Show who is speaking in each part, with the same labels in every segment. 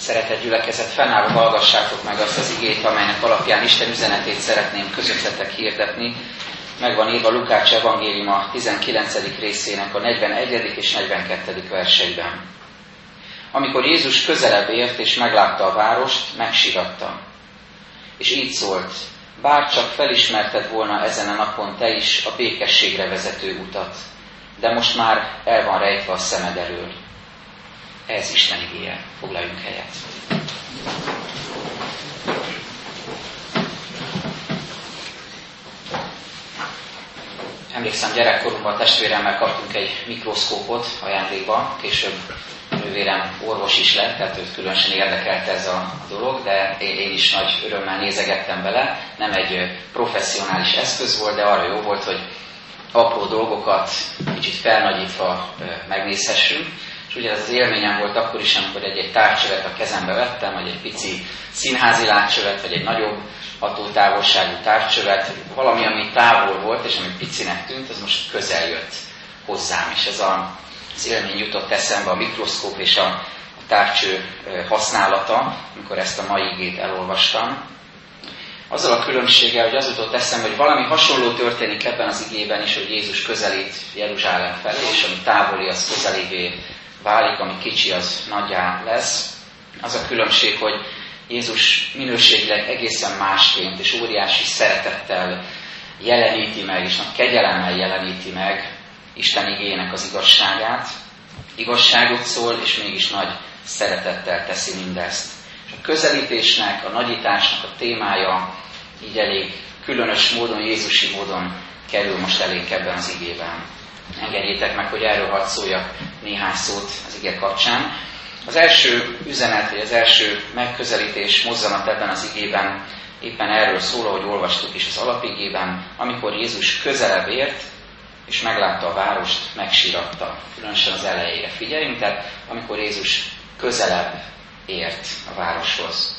Speaker 1: Szeretett gyülekezet, fennállva hallgassátok meg azt az igét, amelynek alapján Isten üzenetét szeretném közöttetek hirdetni. Meg van írva Lukács evangéliuma 19. részének a 41. és 42. verseiben. Amikor Jézus közelebb ért és meglátta a várost, megsiratta. És így szólt: bár csak felismerted volna ezen a napon te is a békességre vezető utat, de most már el van rejtve a szemed elől. Ez Isten igéje. Foglaljunk helyet. Emlékszem, gyerekkorunkban a testvéremmel kaptunk egy mikroszkópot ajándékba, később nővérem orvos is lett, tehát őt különösen érdekelte ez a dolog, de én is nagy örömmel nézegettem bele. Nem egy professzionális eszköz volt, de arra jó volt, hogy apró dolgokat kicsit felnagyítva megnézhessünk. És ugye ez az élményem volt akkor is, amikor egy távcsövet a kezembe vettem, vagy egy pici színházi látcsövet, vagy egy nagyobb hatótávolságú távcsövet. Valami, ami távol volt, és ami picinek tűnt, az most közel jött hozzám. És ez az élmény jutott eszembe, a mikroszkóp és a távcső használata, amikor ezt a mai igét elolvastam. Azzal a különbséggel, hogy az jutott eszembe, hogy valami hasonló történik ebben az igében is, hogy Jézus közelít Jeruzsálem felé, és ami távoli, az közelévé válik, ami kicsi, az nagyjá lesz. Az a különbség, hogy Jézus minőségileg egészen másként és óriási szeretettel jeleníti meg, és nagy kegyelemmel jeleníti meg Isten igének az igazságát. Igazságot szól, és mégis nagy szeretettel teszi mindezt. És a közelítésnek, a nagyításnak a témája így elég különös módon, jézusi módon kerül most elénk ebben az igében. Engedjétek meg, hogy erről hadd szóljak néhány szót az ige kapcsán. Az első üzenet, vagy az első megközelítés, mozzanat ebben az igében éppen erről szól, ahogy olvastuk is az alapigében, amikor Jézus közelebb ért, és meglátta a várost, megsiratta. Különösen az elejére figyeljünk, tehát amikor Jézus közelebb ért a városhoz.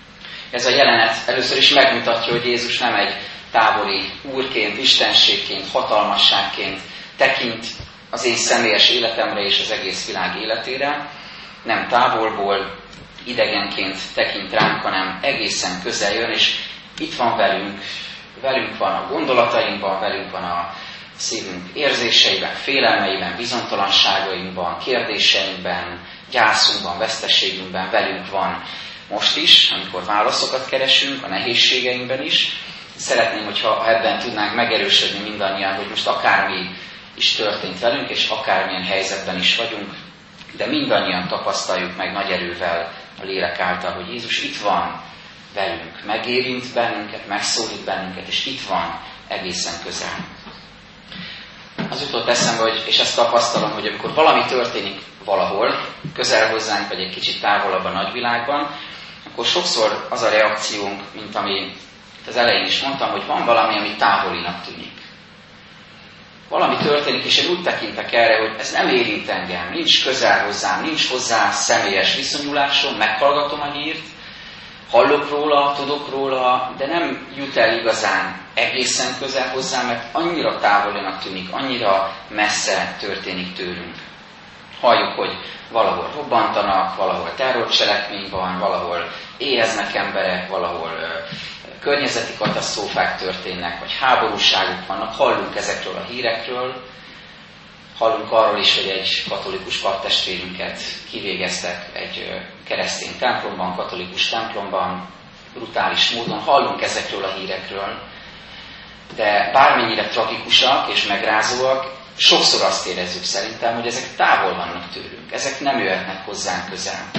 Speaker 1: Ez a jelenet először is megmutatja, hogy Jézus nem egy távoli úrként, istenségként, hatalmasságként tekint az én személyes életemre és az egész világ életére. Nem távolból, idegenként tekint ránk, hanem egészen közel jön, és itt van velünk. Velünk van a gondolatainkban, velünk van a szívünk érzéseiben, félelmeiben, bizonytalanságainkban, kérdéseinkben, gyászunkban, veszteségünkben, velünk van most is, amikor válaszokat keresünk, a nehézségeinkben is. Szeretném, hogyha ebben tudnánk megerősödni mindannyian, hogy most akármi is történt velünk, és akármilyen helyzetben is vagyunk, de mindannyian tapasztaljuk meg nagy erővel a lélek által, hogy Jézus itt van velünk, megérint bennünket, megszólít bennünket, és itt van egészen közel. Az jutott eszembe, és ezt tapasztalom, hogy amikor valami történik valahol, közel hozzánk, vagy egy kicsit távolabb a nagyvilágban, akkor sokszor az a reakciónk, mint ami az elején is mondtam, hogy van valami, ami távolinak tűnik. Valami történik, és én úgy tekintek erre, hogy ez nem érint engem, nincs közel hozzám, nincs hozzá személyes viszonyulásom, meghallgatom a hírt, hallok róla, tudok róla, de nem jut el igazán egészen közel hozzám, mert annyira távolinak tűnik, annyira messze történik tőlünk. Halljuk, hogy valahol robbantanak, valahol terrorcselekmény van, valahol éheznek emberek, valahol környezeti katasztrófák történnek, vagy háborúságok vannak, hallunk ezekről a hírekről, hallunk arról is, hogy egy katolikus kartestvérünket kivégeztek egy keresztény templomban, katolikus templomban, brutális módon, hallunk ezekről a hírekről, de bármennyire tragikusak és megrázóak, sokszor azt érezzük szerintem, hogy ezek távol vannak tőlünk, ezek nem jöhetnek hozzánk közel.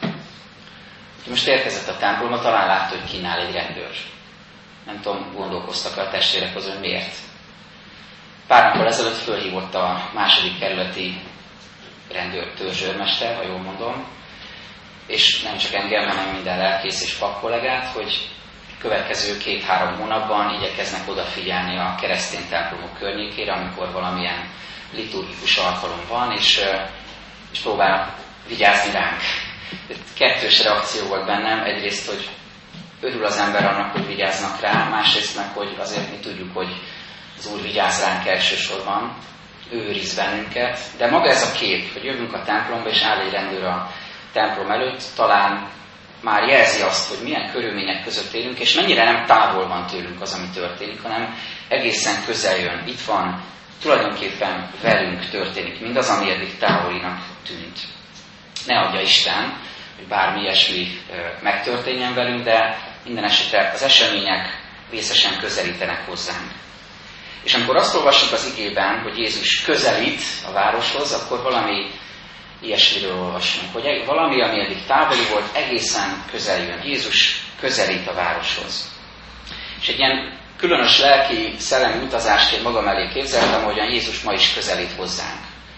Speaker 1: Most érkezett a templomba, talán látta, hogy kínál egy rendőr. Nem tudom, gondolkoztak a testvérek azon, hogy miért. Pár nappal ezelőtt fölhívott a második kerületi törzsőrmester, ha jól mondom, és nem csak engem, hanem minden lelkész és pap kollégát, hogy következő 2-3 hónapban igyekeznek odafigyelni a keresztény templomok környékére, amikor valamilyen liturgikus alkalom van, és próbálnak vigyázni ránk. Kettős reakció volt bennem, egyrészt, hogy örül az ember annak, hogy vigyáznak rá, másrészt meg, hogy azért mi tudjuk, hogy az Úr vigyáz ránk elsősorban, ő őriz bennünket, de maga ez a kép, hogy jövünk a templomba, és áll egy rendőr a templom előtt, talán már jelzi azt, hogy milyen körülmények között élünk, és mennyire nem távol van tőlünk az, ami történik, hanem egészen közel jön. Itt van, tulajdonképpen velünk történik mindaz, ami eddig távolinak tűnt. Ne adja Isten, hogy bármi ilyesmi megtörténjen velünk, de minden esetre az események vészesen közelítenek hozzánk. És amikor azt olvassuk az igében, hogy Jézus közelít a városhoz, akkor valami ilyesmiről olvasunk, hogy valami, ami eddig távoli volt, egészen közel jön. Jézus közelít a városhoz. És egy ilyen különös lelki szellemi utazásként magam elé képzeltem, ahogyan Jézus ma is közelít hozzánk.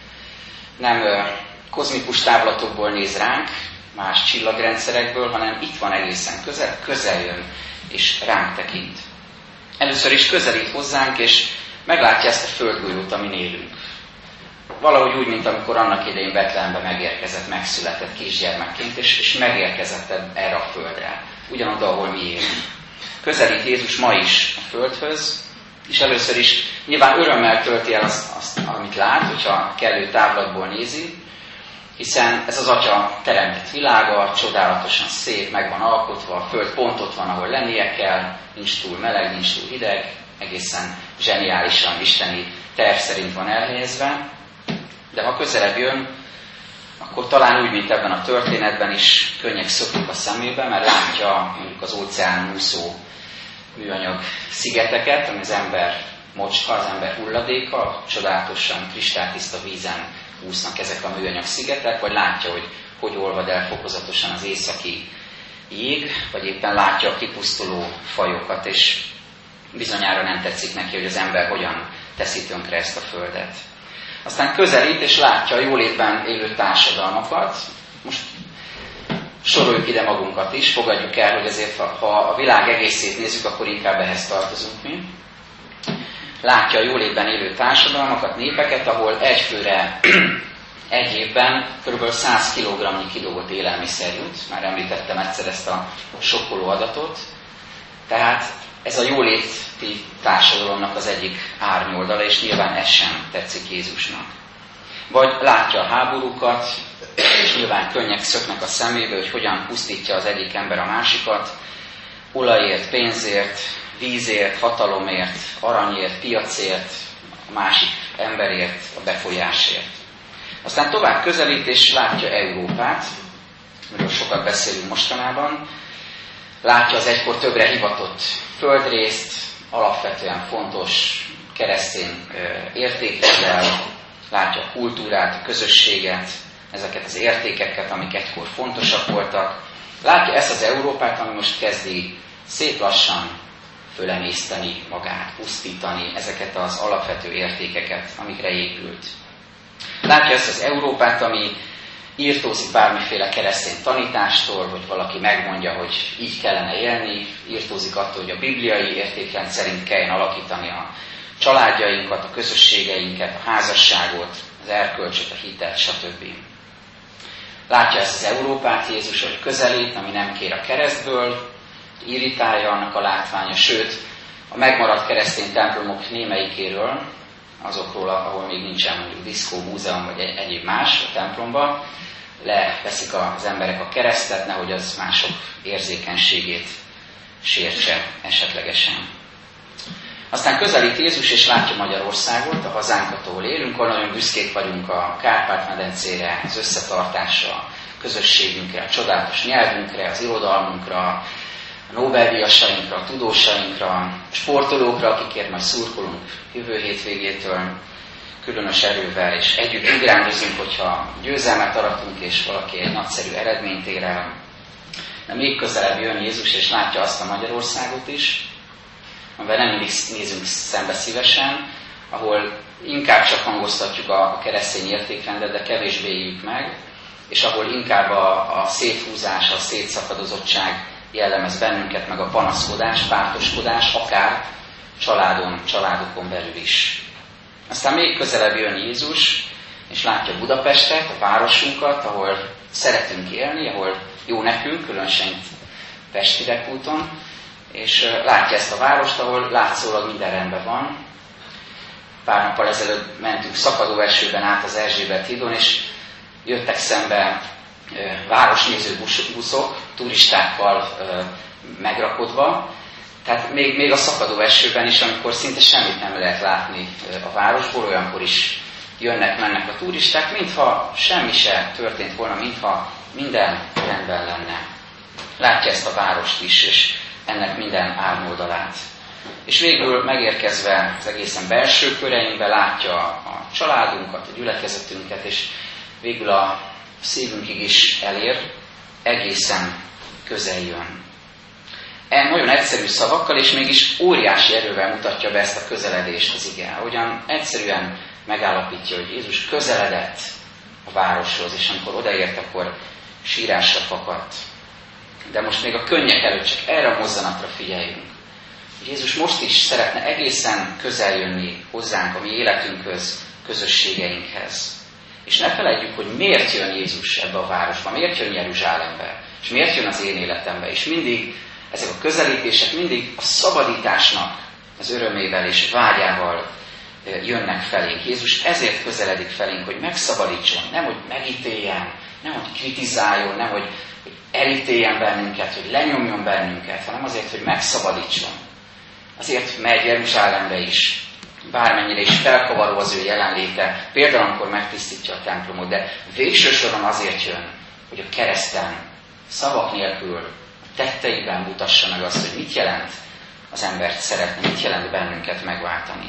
Speaker 1: Nem kozmikus távlatokból néz ránk, más csillagrendszerekből, hanem itt van egészen közel jön, és ránk tekint. Először is közelít hozzánk, és meglátja ezt a földgolyót, amin élünk. Valahogy úgy, mint amikor annak idején Betlehembe megérkezett, megszületett kisgyermekként, és megérkezett erre a földre, ugyanoda, ahol mi élünk. Közelít Jézus ma is a földhöz, és először is nyilván örömmel tölti el azt, amit lát, hogyha kellő távlatból nézi, hiszen ez az Atya teremtett világa, csodálatosan szép, meg van alkotva, a föld pont ott van, ahol lennie kell, nincs túl meleg, nincs túl hideg, egészen zseniálisan isteni terv szerint van elhelyezve. De ha közelebb jön, akkor talán úgy, mint ebben a történetben is könnyek szöknek a szemébe, mert látja mondjuk az óceán úszó műanyag szigeteket, ami az ember mocska, az ember hulladéka, csodálatosan kristálytiszta vízen úsznak ezek a műanyag szigetek, vagy látja, hogy olvad el fokozatosan az északi jég, vagy éppen látja a kipusztuló fajokat, és bizonyára nem tetszik neki, hogy az ember hogyan teszi tönkre ezt a földet. Aztán közelít és látja a jólétben élő társadalmakat. Most soroljuk ide magunkat is, fogadjuk el, hogy azért, ha a világ egészét nézzük, akkor inkább ehhez tartozunk mi. Látja a jólétben élő társadalmakat, népeket, ahol egy főre egy évben kb. 100 kg kidobott élelmiszer jut. Már említettem egyszer ezt a sokkoló adatot. Tehát ez a jóléti társadalomnak az egyik árnyoldala, és nyilván ez sem tetszik Jézusnak. Vagy látja a háborúkat, és nyilván könnyek szöknek a szemébe, hogy hogyan pusztítja az egyik ember a másikat, olajért, pénzért, vízért, hatalomért, aranyért, piacért, a másik emberért, a befolyásért. Aztán tovább közelít, és látja Európát, amiről sokat beszélünk mostanában, látja az egykor többre hivatott földrészt, alapvetően fontos keresztény értékekkel, látja a kultúrát, a közösséget, ezeket az értékeket, amik egykor fontosak voltak. Látja ezt az Európát, ami most kezdi szép lassan fölemészteni magát, pusztítani ezeket az alapvető értékeket, amikre épült. Látja ezt az Európát, ami írtózik bármiféle keresztény tanítástól, hogy valaki megmondja, hogy így kellene élni, írtózik attól, hogy a bibliai értékrend szerint kelljen alakítani a családjainkat, a közösségeinket, a házasságot, az erkölcsöt, a hitet, stb. Látja ezt az Európát Jézus, hogy közelít, ami nem kér a keresztből, irritálja annak a látványa, sőt, a megmaradt keresztény templomok némelyikéről, azokról, ahol még nincsen mondjuk diszkó, múzeum vagy egyéb más a templomban, leveszik az emberek a keresztet, nehogy az mások érzékenységét sértse esetlegesen. Aztán közelít Jézus, és látja Magyarországot, a hazánkat, ahol élünk, ahol nagyon büszkék vagyunk a Kárpát-medencére, az összetartásra, a közösségünkre, a csodálatos nyelvünkre, az irodalmunkra, a Nobel-díjasainkra, a tudósainkra, a sportolókra, akikért majd szurkolunk jövő hétvégétől különös erővel, és együtt ugrándozunk, hogyha győzelmet aratunk, és valaki egy nagyszerű eredményt ér el. De még közelebb jön Jézus, és látja azt a Magyarországot is, amivel nem mindig nézünk szembe szívesen, ahol inkább csak hangoztatjuk a keresztény értékrendet, de kevésbé éljük meg, és ahol inkább a széthúzás, a szétszakadozottság jellemez bennünket, meg a panaszkodás, pártoskodás, akár családokon belül is. Aztán még közelebb jön Jézus, és látja Budapestet, a városunkat, ahol szeretünk élni, ahol jó nekünk, különösen Pesti Repúton, és látja ezt a várost, ahol látszólag minden rendben van. Pár nappal ezelőtt mentünk szakadó esőben át az Erzsébet hídon, és jöttek szembe városnéző buszok, turistákkal megrakodva. Tehát még a szakadó esőben is, amikor szinte semmit nem lehet látni a városból, olyankor is jönnek-mennek a turisták, mintha semmi se történt volna, mintha minden rendben lenne. Látja ezt a várost is, és ennek minden árnyoldalát. És végül megérkezve az egészen belső köreinkbe látja a családunkat, a gyülekezetünket, és végül a szívünkig is elér, egészen közel jön. Nagyon egyszerű szavakkal, és mégis óriási erővel mutatja be ezt a közeledést az ige. Ahogyan egyszerűen megállapítja, hogy Jézus közeledett a városhoz, és amikor odaért, akkor sírásra fakadt. De most még a könnyek előtt csak erre a mozzanatra figyeljünk. Jézus most is szeretne egészen közel jönni hozzánk, a mi életünkhöz, közösségeinkhez. És ne feledjük, hogy miért jön Jézus ebbe a városba, miért jön Jeruzsálembe, és miért jön az én életembe. És mindig ezek a közelítések mindig a szabadításnak az örömével és vágyával jönnek felénk. Jézus ezért közeledik felénk, hogy megszabadítson, nem hogy megítéljen, nem hogy kritizáljon, nem hogy elítéljen bennünket, hogy lenyomjon bennünket, hanem azért, hogy megszabadítson. Azért megy Jeruzsálembe is, bármennyire is felkavaró az ő jelenléte, például amikor megtisztítja a templomot, de végső soron azért jön, hogy a kereszten szavak nélkül, a tetteiben mutassa meg azt, hogy mit jelent az embert szeretni, mit jelent bennünket megváltani.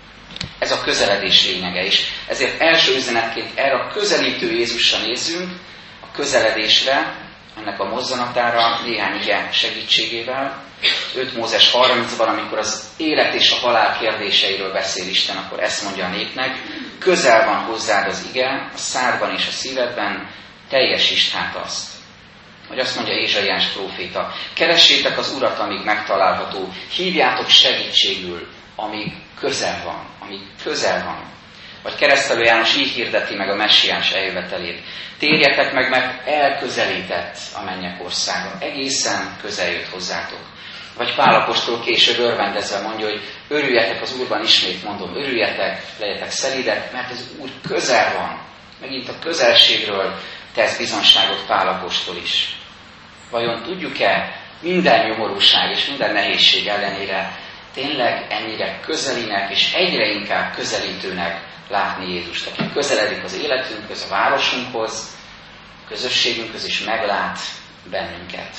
Speaker 1: Ez a közeledés lényege is. Ezért első üzenetként erre a közelítő Jézusra nézzünk, a közeledésre, ennek a mozzanatára néhány ige segítségével. 5 Mózes 30-ban, amikor az élet és a halál kérdéseiről beszél Isten, akkor ezt mondja a népnek: közel van hozzád az ige, a szádban és a szívedben, teljesítsd hát azt. Vagy azt mondja Ézsaiás próféta: keressétek az Urat, amíg megtalálható, hívjátok segítségül, amíg közel van, amíg közel van. Vagy Keresztelő János így hirdeti meg a messiás eljövetelét: térjetek meg, mert elközelített a mennyek országa, egészen közel jött hozzátok. Vagy Pál apostol később örvendezve mondja, hogy örüljetek az Úrban, ismét mondom, örüljetek, legyetek szelídek, mert az Úr közel van. Megint a közelségről tesz bizonságot Pál apostol is. Vajon tudjuk-e minden nyomorúság és minden nehézség ellenére tényleg ennyire közelinek és egyre inkább közelítőnek látni Jézust, aki közeledik az életünkhöz, a városunkhoz, a közösségünkhöz, és meglát bennünket.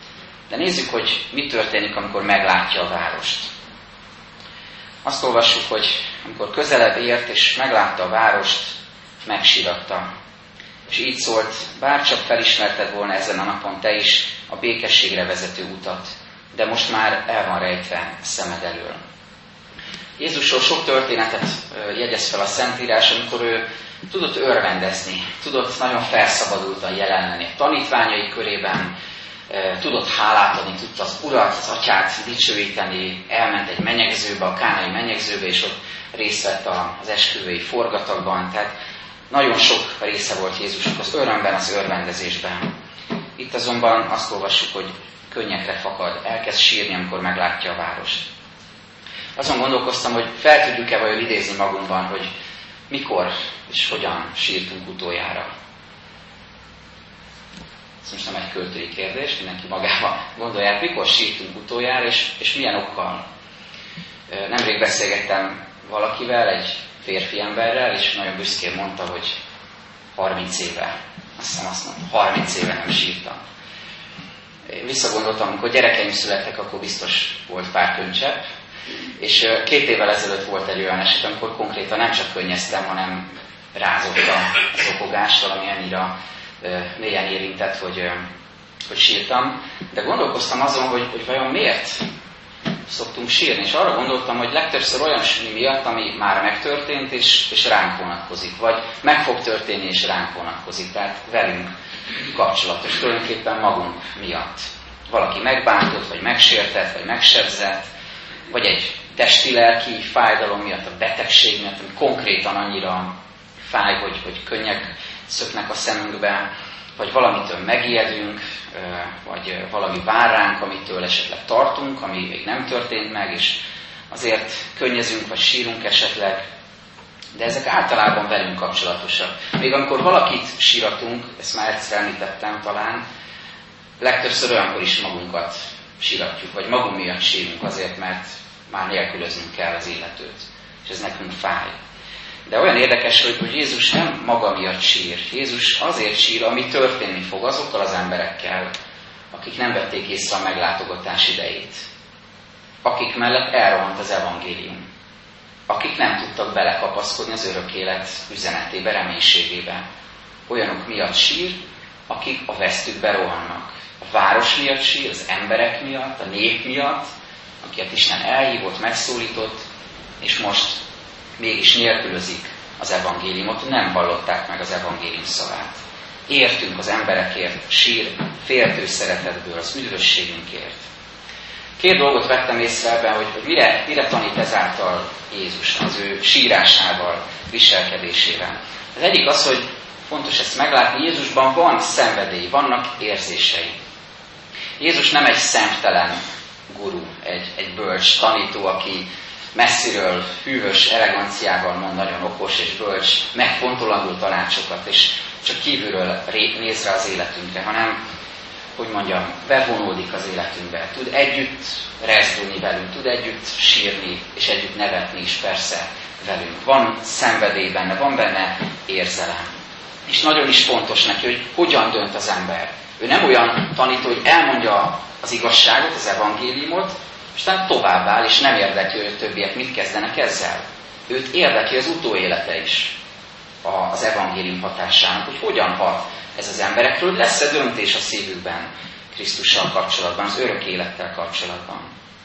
Speaker 1: De nézzük, hogy mi történik, amikor meglátja a várost. Azt olvassuk, hogy amikor közelebb ért és meglátta a várost, megsiratta. És így szólt: bárcsak felismerted volna ezen a napon te is a békességre vezető utat, de most már el van rejtve szemed elől. Jézusról sok történetet jegyez fel a Szentírás, amikor ő tudott örvendezni, tudott nagyon felszabadultan jelen lenni a tanítványai körében, tudott hálát adni, tudta az Urat, az Atyát dicsőíteni, elment egy menyegzőbe, a kánai menyegzőbe, és ott részt vett az esküvői forgatagban. Tehát nagyon sok része volt Jézusnak az örömben, az örvendezésben. Itt azonban azt olvassuk, hogy könnyekre fakad, elkezd sírni, amikor meglátja a várost. Azon gondolkoztam, hogy fel tudjuk-e vajon idézni magunkban, hogy mikor és hogyan sírtunk utoljára. Ez most nem egy költői kérdés, mindenki magába gondolják, mikor sírtunk utoljára, és milyen okkal. Nemrég beszélgettem valakivel, egy férfi emberrel, és nagyon büszkén mondta, hogy 30 éve, azt mondta, 30 éve nem sírtam. Visszagondoltam, amikor gyerekeim születtek, akkor biztos volt pár könycsepp, és 2 évvel ezelőtt volt egy olyan eset, amikor konkrétan nem csak könnyeztem, hanem rázott a szopogás, valami annyira mélyen érintett, hogy sírtam. De gondolkoztam azon, hogy vajon miért szoktunk sírni, és arra gondoltam, hogy legtöbbször olyan miatt, ami már megtörtént, és ránk vonatkozik, vagy meg fog történni, és ránk vonatkozik, tehát velünk kapcsolatos, tulajdonképpen magunk miatt. Valaki megbántott, vagy megsértett, vagy megsebzett, vagy egy testi-lelki fájdalom miatt, a betegség miatt, ami konkrétan annyira fáj, hogy könnyek szöknek a szemünkbe, vagy valamitől megijedünk, vagy valami vár ránk, amitől esetleg tartunk, ami még nem történt meg, és azért könnyezünk, vagy sírunk esetleg. De ezek általában velünk kapcsolatosak. Még amikor valakit síratunk, ezt már egyszer említettem talán, legtöbbször olyankor is magunkat síratjuk, vagy magunk miatt sírunk azért, mert már nélkülöznünk kell az illetőt. És ez nekünk fáj. De olyan érdekes, hogy Jézus nem maga miatt sír. Jézus azért sír, ami történni fog azokkal az emberekkel, akik nem vették észre a meglátogatás idejét. Akik mellett elrohant az evangélium. Akik nem tudtak belekapaszkodni az örök élet üzenetébe, reménységébe. Olyanok miatt sír, akik a vesztükbe rohannak. A város miatt sír, az emberek miatt, a nép miatt, akiket Isten elhívott, megszólított, és most mégis nélkülözik az evangéliumot, nem hallották meg az evangélium szavát. Értünk az emberekért, sír féltő szeretetből, az üdvösségünkért. Két dolgot vettem észre ebben, hogy mire tanít ezáltal Jézus az ő sírásával, viselkedésével. Az egyik az, hogy fontos ezt meglátni, Jézusban van szenvedély, vannak érzései. Jézus nem egy szemtelen guru, egy bölcs tanító, aki messziről hűvös eleganciával mond nagyon okos és bölcs, megfontolandó tanácsokat, és csak kívülről néz rá az életünkre, hanem, hogy mondjam, bevonódik az életünkbe, tud együtt rezdulni velünk, tud együtt sírni, és együtt nevetni is persze velünk. Van szenvedély benne, van benne érzelem. És nagyon is fontos neki, hogy hogyan dönt az ember. Ő nem olyan tanító, hogy elmondja az igazságot, az evangéliumot, és aztán tovább áll, és nem érdekli, hogy a többiek mit kezdenek ezzel. Őt érdekli az utóélete is az evangélium hatásának, hogy hogyan hat ez az emberekről, hogy lesz-e döntés a szívükben Krisztussal kapcsolatban, az örök élettel kapcsolatban.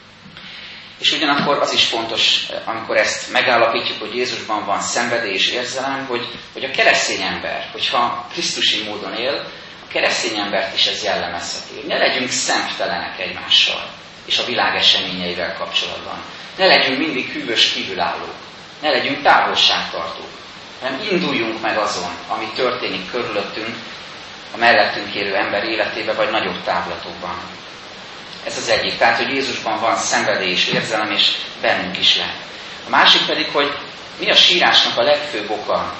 Speaker 1: És ugyanakkor az is fontos, amikor ezt megállapítjuk, hogy Jézusban van szenvedély és érzelem, hogy a keresztény ember, hogyha krisztusi módon él, a keresztény embert is ez jellemezheti. Ne legyünk szemtelenek egymással és a világ eseményeivel kapcsolatban. Ne legyünk mindig hűvös kívülállók. Ne legyünk távolságtartók. Hanem induljunk meg azon, ami történik körülöttünk, a mellettünk élő ember életébe, vagy nagyobb távlatokban. Ez az egyik. Tehát, hogy Jézusban van szenvedély és érzelem, és bennünk is lehet. A másik pedig, hogy mi a sírásnak a legfőbb oka?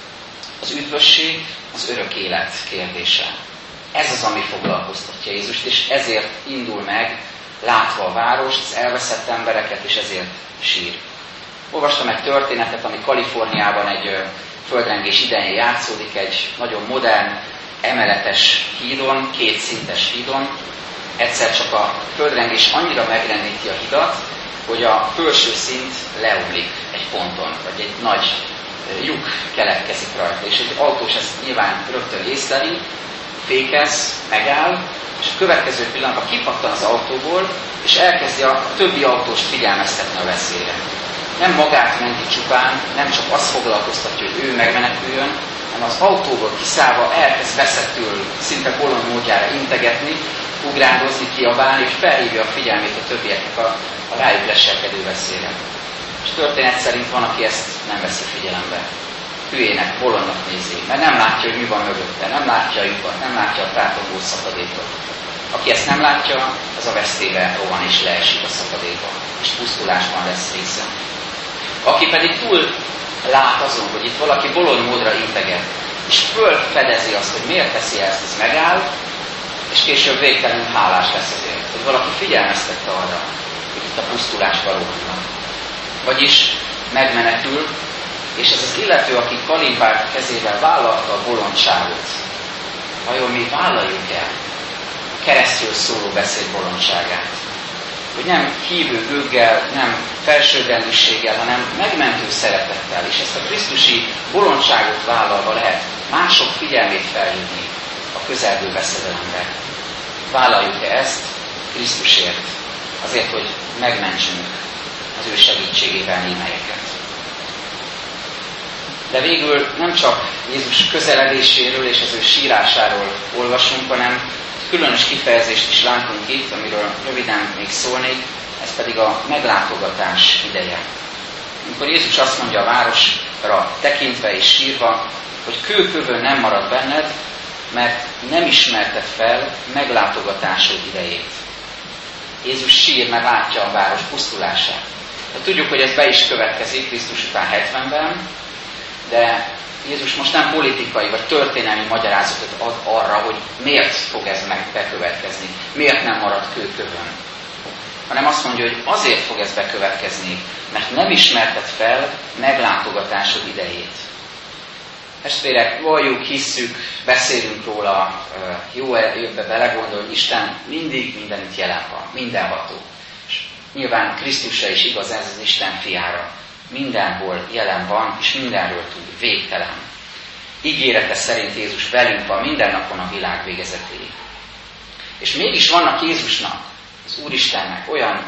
Speaker 1: Az üdvösség, az örök élet kérdése. Ez az, ami foglalkoztatja Jézust, és ezért indul meg, látva a várost, az elveszett embereket, és ezért sír. Olvastam egy történetet, ami Kaliforniában egy földrengés idején játszódik, egy nagyon modern, emeletes hídon, 2 szintes hídon. Egyszer csak a földrengés annyira megrendíti a hidat, hogy a felső szint leomlik egy ponton, vagy egy nagy lyuk keletkezik rajta. És egy autós ezt nyilván rögtön észleli, fékez, megáll, és a következő pillanatban kipattan az autóból, és elkezdi a többi autóst figyelmeztetni a veszélyre. Nem magát menti csupán, nem csak azt foglalkoztatja, hogy ő megmeneküljön, hanem az autóból kiszállva elkezd veszettül, szinte bolond módjára integetni, ugrándozni, kiabálni, és felhívja a figyelmét a többieknek a rájuk leselkedő veszélyre. És történet szerint van, aki ezt nem veszi figyelembe. Hülyének, bolondnak nézi, mert nem látja, hogy mi van mögötte, nem látja a lyukat, nem látja a tátongó szakadékot. Aki ezt nem látja, az a vesztébe rohan és leesik a szakadékba, és pusztulásban lesz része. Aki pedig túl lát azon, hogy itt valaki bolond módra integet, és fölfedezi azt, hogy miért teszi ezt, ez megáll, és később végtelenül hálás lesz azért, hogy valaki figyelmeztette arra, hogy itt a pusztulásba rohannak. Vagyis megmenekül, és ez az illető, aki Kalimpár kezével vállalta a bolondságot, vajon mi vállaljuk el keresztül szóló beszéd bolondságát? Hogy nem hívő gőggel, nem felsőbbrendűséggel, hanem megmentő szeretettel, és ezt a krisztusi bolondságot vállalva lehet mások figyelmét felhívni a közelgő veszedelemre. Vállaljuk-e ezt Krisztusért? Azért, hogy megmentsünk az ő segítségével némelyeket. De végül nem csak Jézus közeledéséről és az ő sírásáról olvasunk, hanem különös kifejezést is látunk itt, amiről röviden még szólnék, ez pedig a meglátogatás ideje. Amikor Jézus azt mondja a városra tekintve és sírva, hogy kőkövön nem marad benned, mert nem ismerted fel meglátogatásod idejét. Jézus sír, mert látja a város pusztulását. De tudjuk, hogy ez be is következik Krisztus után 70-ben, De Jézus most nem politikai vagy történelmi magyarázatot ad arra, hogy miért fog ez bekövetkezni, miért nem marad kőkövön. Hanem azt mondja, hogy azért fog ez bekövetkezni, mert nem ismerted fel meglátogatásod idejét. Testvérek, valljuk, hisszük, beszélünk róla, jó ebbe belegondolni, hogy Isten mindig mindenütt jelen van, mindenható. És nyilván Krisztusra is igaz ez az Isten fiára. Mindenhol jelen van, és mindenről tud, végtelen. Ígérete szerint Jézus velünk van minden napon a világ végezetéig. És mégis vannak Jézusnak, az Úristennek olyan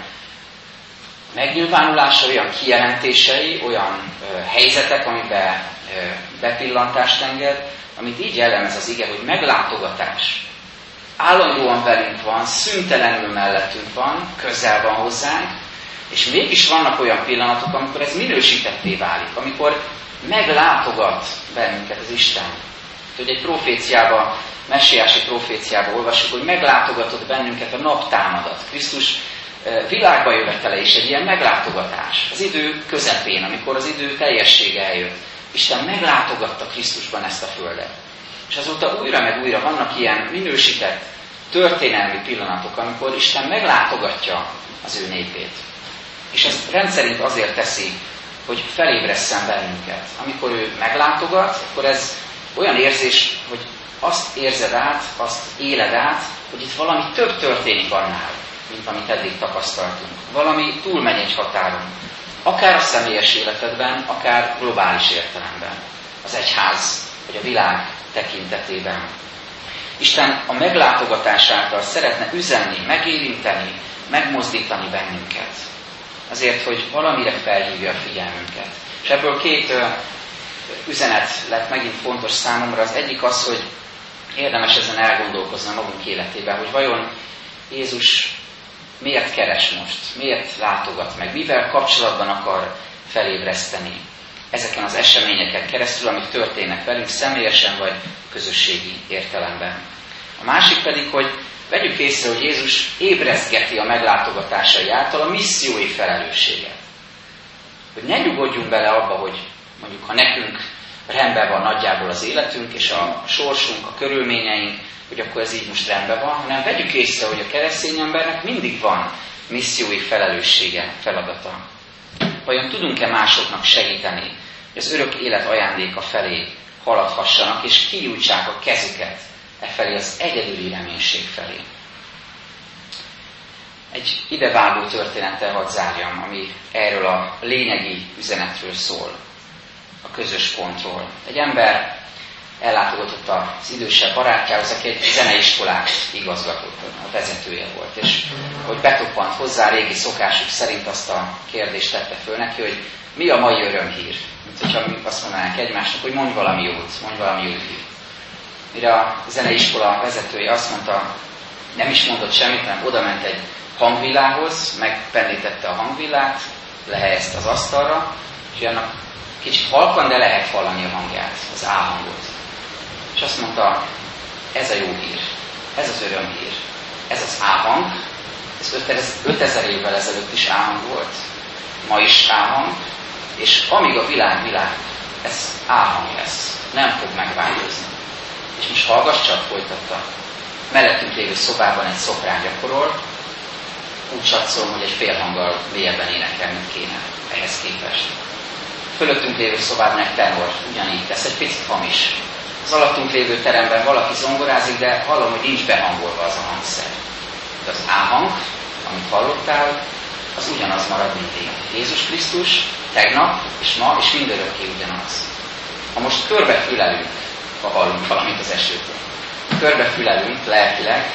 Speaker 1: megnyilvánulása, olyan kijelentései, olyan helyzetek, amiben bepillantást enged, amit így jellemez az ige, hogy meglátogatás. Állandóan velünk van, szüntelenül mellettünk van, közel van hozzánk, és mégis vannak olyan pillanatok, amikor ez minősítetté válik, amikor meglátogat bennünket az Isten. Hogy egy proféciában, messiási proféciában olvasjuk, hogy meglátogatott bennünket a naptámadat. Krisztus világba jövetele is egy ilyen meglátogatás. Az idő közepén, amikor az idő teljessége eljött. Isten meglátogatta Krisztusban ezt a földet. És azóta újra meg újra vannak ilyen minősített történelmi pillanatok, amikor Isten meglátogatja az ő népét. És ezt rendszerint azért teszi, hogy felébresszen bennünket. Amikor ő meglátogat, akkor ez olyan érzés, hogy azt érzed át, azt éled át, hogy itt valami több történik annál, mint amit eddig tapasztaltunk. Valami túlmegy egy határon. Akár a személyes életedben, akár globális értelemben. Az egyház, vagy a világ tekintetében. Isten a meglátogatás által szeretne üzenni, megérinteni, megmozdítani bennünket. Azért, hogy valamire felhívja a figyelmünket. És ebből két üzenet lett megint fontos számomra. Az egyik az, hogy érdemes ezen elgondolkozni a magunk életében, hogy vajon Jézus miért keres most, miért látogat meg, mivel kapcsolatban akar felébreszteni ezeken az eseményeken keresztül, amik történnek velünk személyesen vagy közösségi értelemben. A másik pedig, hogy vegyük észre, hogy Jézus ébresztgeti a meglátogatásai által a missziói felelősséget. Hogy ne nyugodjunk bele abba, hogy mondjuk, ha nekünk rendben van nagyjából az életünk, és a sorsunk, a körülményeink, hogy akkor ez így most rendben van, hanem vegyük észre, hogy a keresztény embernek mindig van missziói felelőssége, feladata. Vajon tudunk-e másoknak segíteni, hogy az örök élet ajándéka felé haladhassanak, és kinyújtsák a kezüket e felé, az egyedüli reménység felé. Egy idevágó történettel hadd zárjam, ami erről a lényegi üzenetről szól, a közös pontról. Egy ember ellátogatott az idősebb barátjához, aki egy zeneiskolát igazgatott, a vezetője volt. És hogy betoppant hozzá, régi szokásuk szerint azt a kérdést tette föl neki, hogy mi a mai örömhír? Mint hogyha mi azt mondanánk egymásnak, hogy mondj valami jót, mondj valami jó hírt. Mire a zeneiskola vezetője azt mondta, nem is mondott semmit, hanem oda ment egy hangvillához, megpendítette a hangvillát, lehelyezte az asztalra, és annak kicsit halkan, de lehet hallani a hangját, az A-hangot. És azt mondta, ez a jó hír, ez az örömhír, ez az A-hang, ez 5000 évvel ezelőtt is A-hang volt, ma is A-hang, és amíg a világ, ez A-hang lesz, nem fog megváltozni. És most hallgass csak, folytatta. Mellettünk lévő szobában egy szoprán gyakorol, úgy satszolom, hogy egy félhanggal mélyebben énekel, mint kéne ehhez képest. Fölöttünk lévő szobában egy tenor ugyanígy tesz, egy picit hamis. Az alattunk lévő teremben valaki zongorázik, de hallom, hogy nincs behangolva az a hangszer. De az A-hang, amit hallottál, az ugyanaz marad mindig. Jézus Krisztus tegnap és ma és mindörökké ugyanaz. Ha most körbefülelünk, ha hallunk valamit az esőtől, körbefülelünk lelkileg,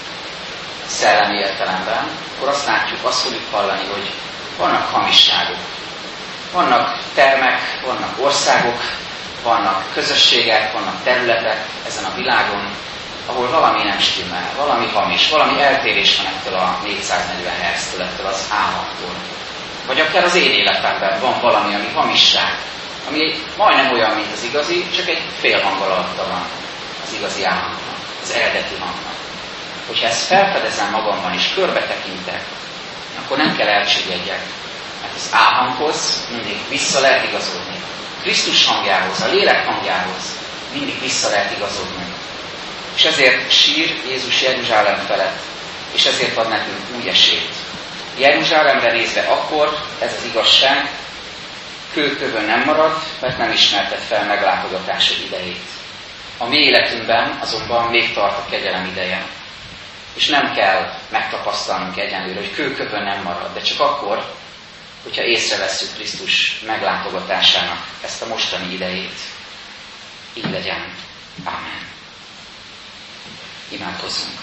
Speaker 1: szellemi értelemben, akkor azt látjuk, azt fogjuk hallani, hogy vannak hamisságok. Vannak termek, vannak országok, vannak közösségek, vannak területek ezen a világon, ahol valami nem stimmel, valami hamis, valami eltérés van ettől a 440 Hz-től, ettől az A-hangtól. Vagy akár az én életemben van valami, ami hamisság, ami majdnem olyan, mint az igazi, csak egy fél hanggal alatta van az igazi A-hangnak, az eredeti hangnak. Hogyha ezt felfedezem magamban és körbetekintek, akkor nem kell elcsüggedjek. Mert az A-hanghoz mindig vissza lehet igazodni. Krisztus hangjához, a lélek hangjához mindig vissza lehet igazodnunk. És ezért sír Jézus Jeruzsálem felett, és ezért ad nekünk új esélyt. Jeruzsálemre nézve akkor, ez az igazság, kőkövön nem marad, mert nem ismerted fel meglátogatásod idejét. A mi életünkben azonban még tart a kegyelem ideje. És nem kell megtapasztalnunk egyenlőre, hogy kőkövön nem marad, de csak akkor, hogyha észrevesszük Krisztus meglátogatásának ezt a mostani idejét. Így legyen. Ámen. Imádkozzunk.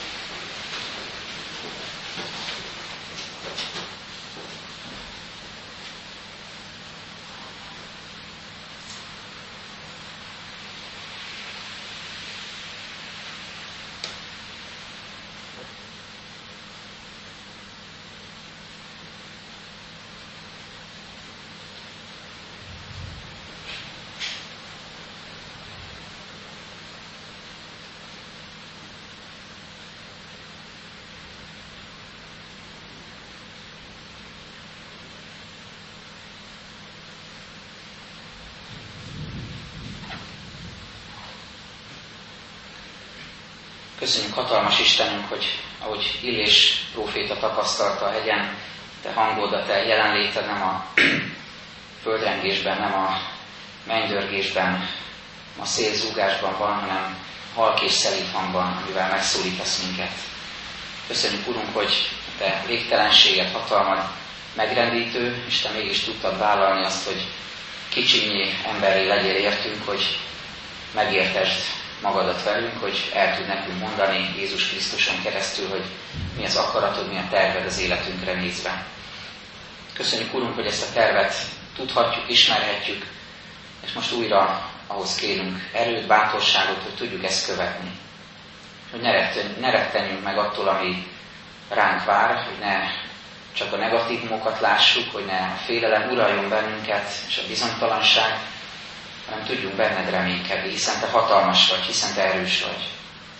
Speaker 1: Köszönjük, hatalmas Istenünk, hogy ahogy Illés próféta tapasztalta a hegyen, te hangod, a te jelenléted nem a földrengésben, nem a mennydörgésben, a szélzúgásban van, hanem halk és szelíd hangban, amivel megszólítasz minket. Köszönjük, Urunk, hogy te végtelenséget, hatalmad megrendítő, és te mégis tudtad vállalni azt, hogy kicsinyé emberré legyél értünk, hogy megértesd magadat velünk, hogy el tud nekünk mondani Jézus Krisztuson keresztül, hogy mi az akaratod, mi a terved az életünkre nézve. Köszönjük, Urunk, hogy ezt a tervet tudhatjuk, ismerhetjük, és most újra ahhoz kérünk erőt, bátorságot, hogy tudjuk ezt követni. Hogy ne rettenjünk meg attól, ami ránk vár, hogy ne csak a negatívumokat lássuk, hogy ne a félelem uraljon bennünket, és a bizonytalanság, hanem tudjunk benned reménykedni, hiszen te hatalmas vagy, hiszen te erős vagy.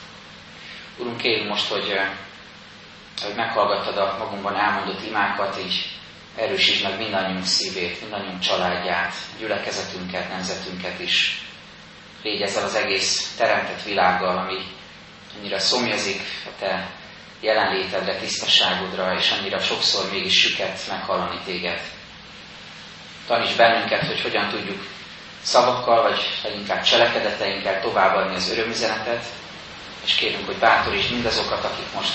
Speaker 1: Urunk, kérjünk most, hogy meghallgattad a magunkban elmondott imákat, így erősítsd meg mindannyiunk szívét, mindannyiunk családját, gyülekezetünket, nemzetünket is. Légy ezzel az egész teremtett világgal, ami annyira szomjazik a te jelenlétedre, tisztaságodra, és annyira sokszor mégis süket meghallani téged. Taníts bennünket, hogy hogyan tudjuk szavakkal, vagy inkább cselekedeteinkkel továbbadni az örömüzenetet, és kérünk, hogy bátorítsd mindazokat, akik most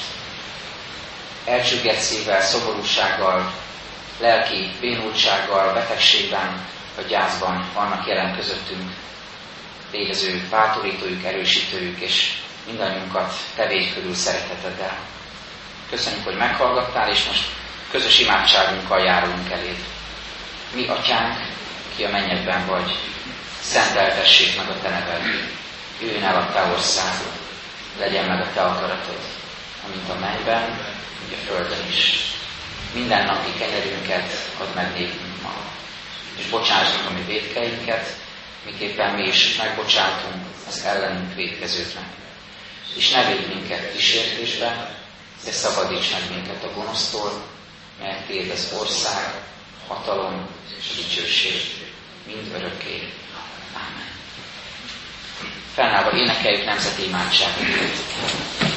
Speaker 1: elcsüggett szívvel, szomorúsággal, lelki bénultsággal, betegségben vagy gyászban vannak jelen közöttünk. Légy az ő bátorítójuk, erősítőjük, és mindannyiunkat te védj körül szereteteddel. Köszönjük, hogy meghallgattál, és most közös imádságunkkal járulunk eléd. Mi, Atyánk, ki a mennyekben vagy, szenteltessék meg a te neved, jöjjön el a te országod, legyen meg a te akaratod, amint a mennyben, úgy a földön is. Minden napi kenyerünket add meg nékünk ma, és bocsáss meg a mi vétkeinket, miképpen mi is megbocsátunk az ellenünk vétkezőknek. És ne védj minket kísértésbe, de szabadíts meg minket a gonosztól, mert tiéd az ország, hatalom és dicsőség mind örökké. Ámen. Fennállva énekeljük nemzeti imádságot.